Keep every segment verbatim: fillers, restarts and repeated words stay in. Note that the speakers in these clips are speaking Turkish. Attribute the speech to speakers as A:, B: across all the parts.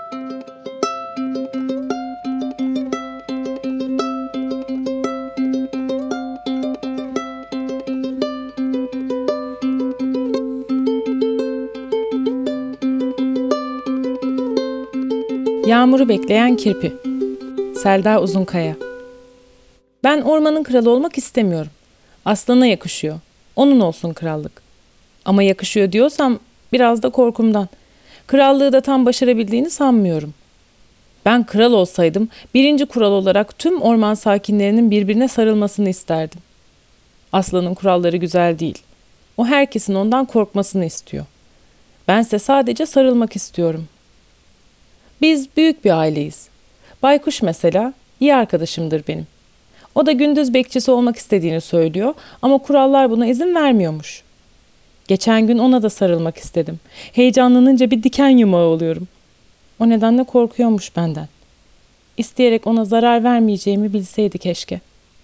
A: Yağmuru bekleyen kirpi. Selda Uzunkaya. Ben ormanın kralı olmak istemiyorum. Aslana yakışıyor. Onun olsun krallık. Ama yakışıyor diyorsam biraz da korkumdan. Krallığı da tam başarabildiğini sanmıyorum. Ben kral olsaydım birinci kural olarak tüm orman sakinlerinin birbirine sarılmasını isterdim. Aslanın kuralları güzel değil. O herkesin ondan korkmasını istiyor. Bense sadece sarılmak istiyorum. Biz büyük bir aileyiz. Baykuş mesela iyi arkadaşımdır benim. O da gündüz bekçisi olmak istediğini söylüyor ama kurallar buna izin vermiyormuş. Geçen gün ona da sarılmak istedim. Heyecanlanınca bir diken yumağı oluyorum. O nedenle korkuyormuş benden. İsteyerek ona zarar vermeyeceğimi bilseydi keşke.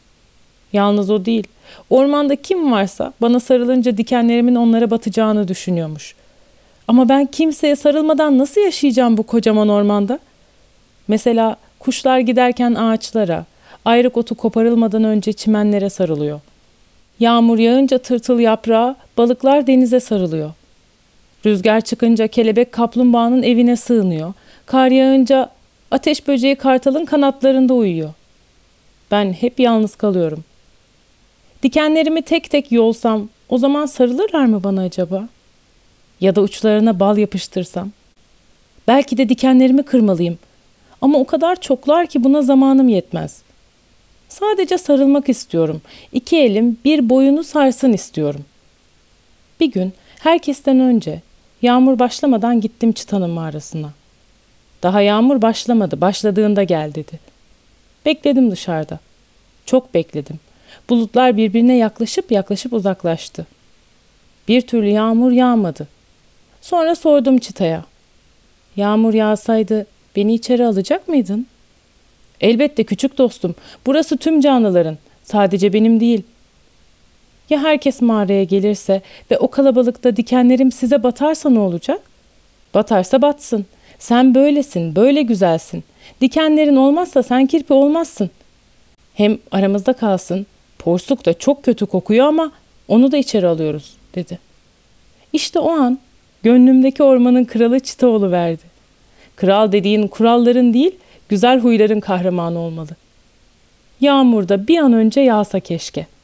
A: Yalnız o değil. Ormanda kim varsa bana sarılınca dikenlerimin onlara batacağını düşünüyormuş. Ama ben kimseye sarılmadan nasıl yaşayacağım bu kocaman ormanda? Mesela kuşlar giderken ağaçlara, ayrık otu koparılmadan önce çimenlere sarılıyor. Yağmur yağınca tırtıl yaprağa, balıklar denize sarılıyor. Rüzgar çıkınca kelebek kaplumbağanın evine sığınıyor. Kar yağınca ateş böceği kartalın kanatlarında uyuyor. Ben hep yalnız kalıyorum. Dikenlerimi tek tek yolsam o zaman sarılırlar mı bana acaba? Ya da uçlarına bal yapıştırsam? Belki de dikenlerimi kırmalıyım. Ama o kadar çoklar ki buna zamanım yetmez. Sadece sarılmak istiyorum. İki elim bir boyunu sarsın istiyorum. Bir gün herkesten önce yağmur başlamadan gittim çıtanın mağarasına. Daha yağmur başlamadı, başladığında gel dedi. Bekledim dışarıda. Çok bekledim. Bulutlar birbirine yaklaşıp yaklaşıp uzaklaştı. Bir türlü yağmur yağmadı. Sonra sordum çıtaya. Yağmur yağsaydı beni içeri alacak mıydın? Elbette küçük dostum. Burası tüm canlıların. Sadece benim değil. Ya herkes mağaraya gelirse ve o kalabalıkta dikenlerim size batarsa ne olacak? Batarsa batsın. Sen böylesin, böyle güzelsin. Dikenlerin olmazsa sen kirpi olmazsın. Hem aramızda kalsın. Porsuk da çok kötü kokuyor ama onu da içeri alıyoruz, dedi. İşte o an gönlümdeki ormanın kralı çıta oluverdi. Kral dediğin kuralların değil, güzel huyların kahramanı olmalı. Yağmur da bir an önce yağsa keşke.